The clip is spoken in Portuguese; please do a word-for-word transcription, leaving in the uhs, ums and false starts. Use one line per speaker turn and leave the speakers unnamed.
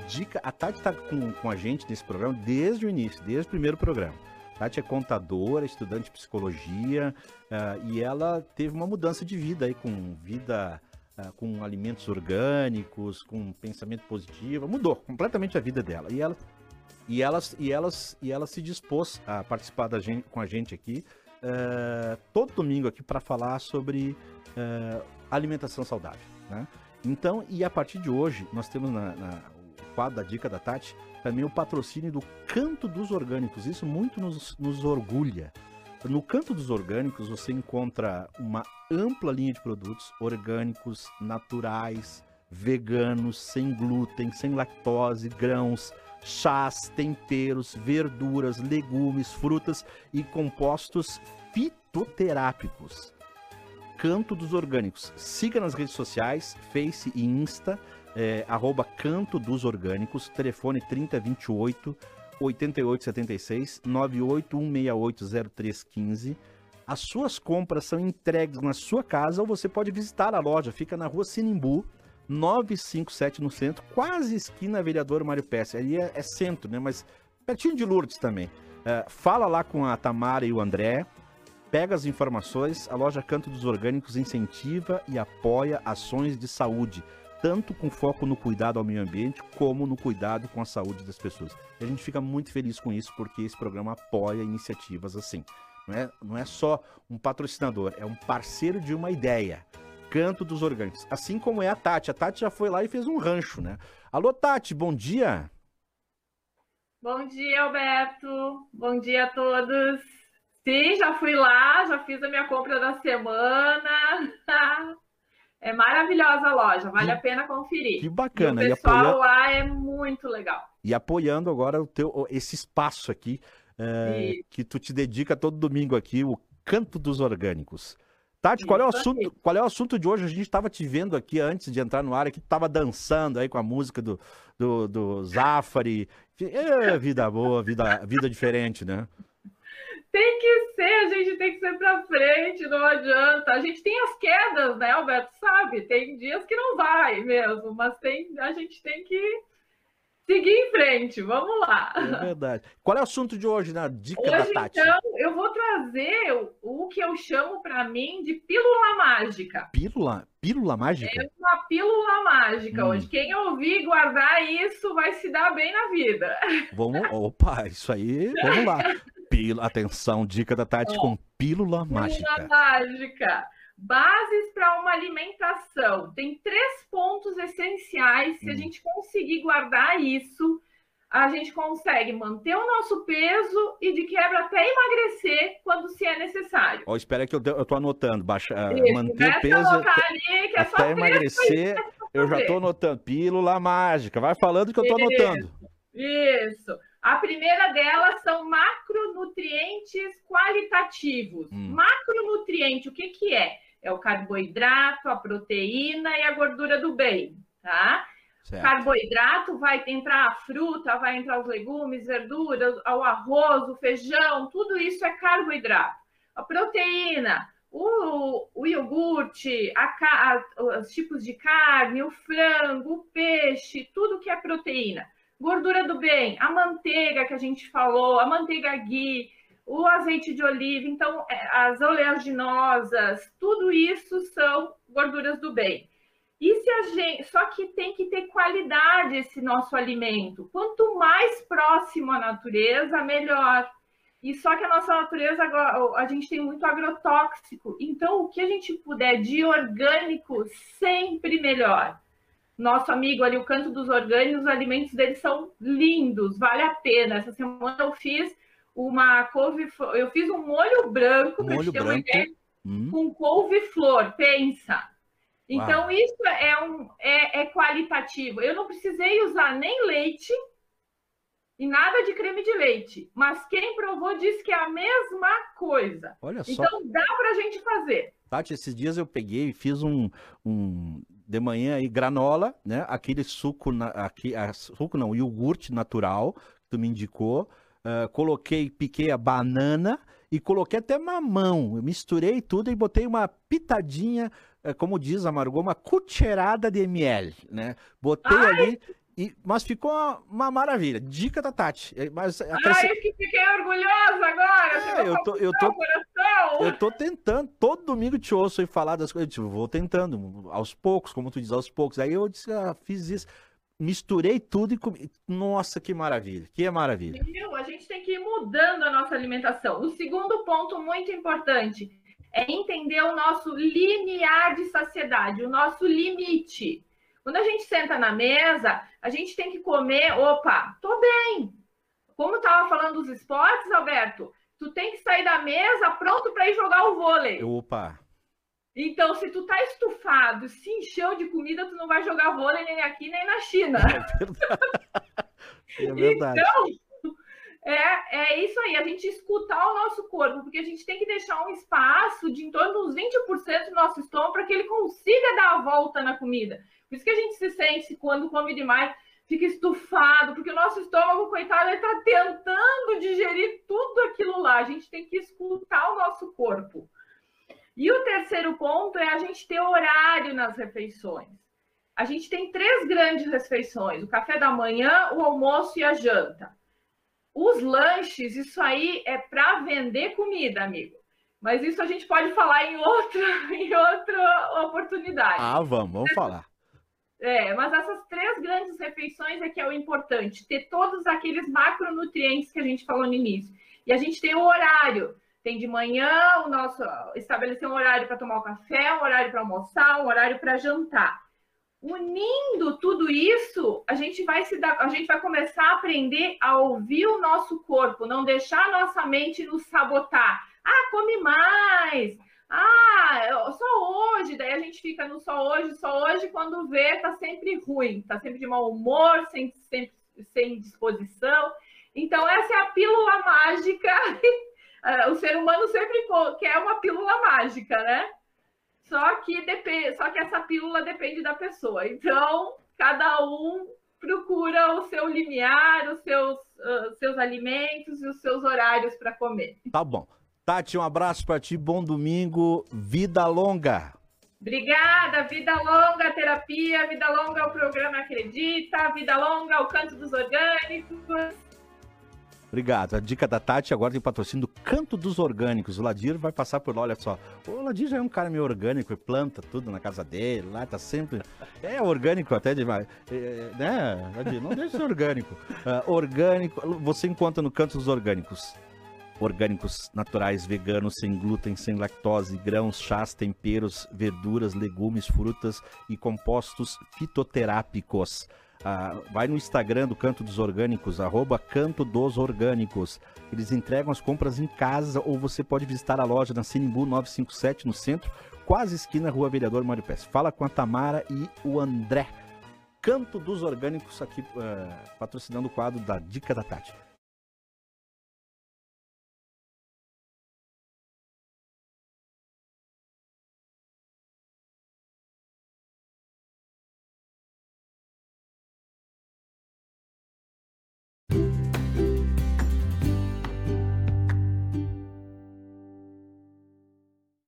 dica, a Tati tá com, com a gente nesse programa desde o início, desde o primeiro programa. A Tati é contadora, estudante de psicologia, uh, e ela teve uma mudança de vida aí, com vida, uh, com alimentos orgânicos, com pensamento positivo, mudou completamente a vida dela. E ela, e elas, e elas, e ela se dispôs a participar da gente, com a gente aqui, uh, todo domingo aqui, para falar sobre uh, alimentação saudável, né? Então, e a partir de hoje, nós temos na, na, o quadro da Dica da Tati, também o patrocínio do Canto dos Orgânicos. Isso muito nos, nos orgulha. No Canto dos Orgânicos, você encontra uma ampla linha de produtos orgânicos, naturais, veganos, sem glúten, sem lactose, grãos, chás, temperos, verduras, legumes, frutas e compostos fitoterápicos. Canto dos Orgânicos. Siga nas redes sociais, Face e Insta, é, arroba Canto dos Orgânicos, telefone trinta, vinte e oito, oitenta e oito, setenta e seis, nove oito um seis oito zero três um cinco. As suas compras são entregues na sua casa ou você pode visitar a loja. Fica na rua Sinimbu, novecentos e cinquenta e sete no centro, quase esquina Vereador Mário Pesce. Ali é, é centro, né? Mas pertinho de Lourdes também. É, fala lá com a Tamara e o André. Pega as informações, a loja Canto dos Orgânicos incentiva e apoia ações de saúde, tanto com foco no cuidado ao meio ambiente, como no cuidado com a saúde das pessoas. E a gente fica muito feliz com isso, porque esse programa apoia iniciativas assim. Não é, não é só um patrocinador, é um parceiro de uma ideia. Canto dos Orgânicos. Assim como é a Tati. A Tati já foi lá e fez um rancho, né? Alô, Tati, bom dia!
Bom dia, Alberto! Bom dia a todos! Sim, já fui lá, já fiz a minha compra da semana. É maravilhosa a loja, vale a pena conferir.
Que bacana.
E o pessoal e apoia... lá é muito legal.
E apoiando agora o teu, esse espaço aqui, é, que tu te dedica todo domingo aqui, o Canto dos Orgânicos. Tati, qual é o assunto, qual é o assunto de hoje? A gente estava te vendo aqui antes de entrar no ar, que tu estava dançando aí com a música do, do, do Zafari. É, vida boa, vida, vida diferente, né?
Tem que ser, a gente tem que ser pra frente, não adianta. A gente tem as quedas, né, Alberto? Sabe? Tem dias que não vai mesmo, mas tem, a gente tem que seguir em frente. Vamos lá.
É verdade. Qual é o assunto de hoje na Dica
hoje,
da Tati?
Então, eu vou trazer o, o que eu chamo para mim de pílula mágica.
Pílula? Pílula mágica?
É uma pílula mágica
hum.
hoje. Quem ouvir guardar isso vai se dar bem na vida.
Vamos, opa, isso aí, vamos lá. Pílula, atenção, Dica da Tati oh, com pílula, pílula mágica.
Pílula mágica. Bases para uma alimentação. Tem três pontos essenciais. Se hum. a gente conseguir guardar isso, a gente consegue manter o nosso peso e de quebra até emagrecer quando se é necessário.
Ó, espera que eu, eu tô anotando. Baixa, isso, manter o peso
ali, que é
até emagrecer. Eu já tô anotando. Pílula mágica. Vai falando que eu tô anotando.
Isso. A primeira delas são macronutrientes qualitativos. Hum. Macronutriente, o que que é? É o carboidrato, a proteína e a gordura do bem, tá? Certo. Carboidrato vai entrar a fruta, vai entrar os legumes, verduras, o arroz, o feijão, tudo isso é carboidrato. A proteína, o, o iogurte, a, a, os tipos de carne, o frango, o peixe, tudo que é proteína. Gordura do bem, a manteiga que a gente falou, a manteiga ghee, o azeite de oliva, então as oleaginosas, tudo isso são gorduras do bem. E se a gente, só que tem que ter qualidade esse nosso alimento. Quanto mais próximo à natureza, melhor. E só que a nossa natureza, a gente tem muito agrotóxico. Então, o que a gente puder de orgânico, sempre melhor. Nosso amigo ali, o Canto dos Orgânicos, os alimentos deles são lindos, vale a pena. Essa semana eu fiz uma couve, eu fiz um molho branco, para te ter uma ideia, hum. com couve-flor, pensa. Então, uau, isso é, um, é, é qualitativo. Eu não precisei usar nem leite e nada de creme de leite, mas quem provou disse que é a mesma coisa.
Olha só.
Então, dá pra gente fazer.
Tati, esses dias eu peguei e fiz um... um... de manhã aí, granola, né? Aquele suco, na, aqui, a, suco não, iogurte natural, que tu me indicou. Uh, coloquei, piquei a banana e coloquei até mamão. Eu misturei tudo e botei uma pitadinha, uh, como diz a Margot, uma cucharada de ml, né? Botei
Ai,
ali E, mas ficou uma, uma maravilha. Dica da Tati. Mas,
acrescent... Ai, que fiquei orgulhosa agora.
É, eu, tô, eu, tô,
coração.
eu tô tentando. Todo domingo te ouço aí falar das coisas. Eu vou tentando, aos poucos, como tu diz, aos poucos. Aí eu disse, ah, fiz isso. Misturei tudo e comi. Nossa, que maravilha. Que maravilha.
Viu? A gente tem que ir mudando a nossa alimentação. O segundo ponto muito importante é entender o nosso limiar de saciedade, o nosso limite. Quando a gente senta na mesa, a gente tem que comer, opa, tô bem. Como estava falando dos esportes, Alberto, tu tem que sair da mesa pronto para ir jogar o vôlei.
Opa.
Então, se tu tá estufado, se encheu de comida, tu não vai jogar vôlei nem aqui, nem na China.
É verdade. É verdade.
Então, é, é isso aí, a gente escutar o nosso corpo, porque a gente tem que deixar um espaço de em torno de uns vinte por cento do nosso estômago para que ele consiga dar a volta na comida. Por isso que a gente se sente, quando come demais, fica estufado, porque o nosso estômago, coitado, ele está tentando digerir tudo aquilo lá. A gente tem que escutar o nosso corpo. E o terceiro ponto é a gente ter horário nas refeições. A gente tem três grandes refeições: o café da manhã, o almoço e a janta. Os lanches, isso aí é para vender comida, amigo. Mas isso a gente pode falar em outra, em outra oportunidade.
Ah, vamos, vamos falar.
É, mas essas três grandes refeições é que é o importante, ter todos aqueles macronutrientes que a gente falou no início. E a gente tem o horário. Tem de manhã, o nosso estabelecer um horário para tomar o café, um horário para almoçar, um horário para jantar. Unindo tudo isso, a gente vai se dar, a gente vai começar a aprender a ouvir o nosso corpo, não deixar a nossa mente nos sabotar. Ah, come mais. Ah, só hoje. Daí a gente fica no só hoje, só hoje, quando vê, tá sempre ruim, tá sempre de mau humor, sem, sem, sem disposição. Então, essa é a pílula mágica. O ser humano sempre quer uma pílula mágica, né? Só que, depende, só que essa pílula depende da pessoa. Então, cada um procura o seu limiar, os seus, uh, seus alimentos e os seus horários para comer.
Tá bom. Tati, um abraço para ti, bom domingo, vida longa.
Obrigada, vida longa, terapia, vida longa, o programa Acredita, vida longa, o Canto dos Orgânicos.
Obrigado. A dica da Tati agora tem patrocínio do Canto dos Orgânicos. O Ladir vai passar por lá, olha só. O Ladir já é um cara meio orgânico, planta tudo na casa dele, lá tá sempre... É orgânico até demais, é, né, Ladir? Não deixa de ser orgânico. Uh, orgânico, você encontra no Canto dos Orgânicos. Orgânicos naturais, veganos, sem glúten, sem lactose, grãos, chás, temperos, verduras, legumes, frutas e compostos fitoterápicos. Ah, vai no Instagram do Canto dos Orgânicos, arroba Canto dos Orgânicos. Eles entregam as compras em casa ou você pode visitar a loja na Sinimbu novecentos e cinquenta e sete, no centro, quase esquina Rua Vereador Mário Pés. Fala com a Tamara e o André. Canto dos Orgânicos aqui, uh, patrocinando o quadro da Dica da Tati.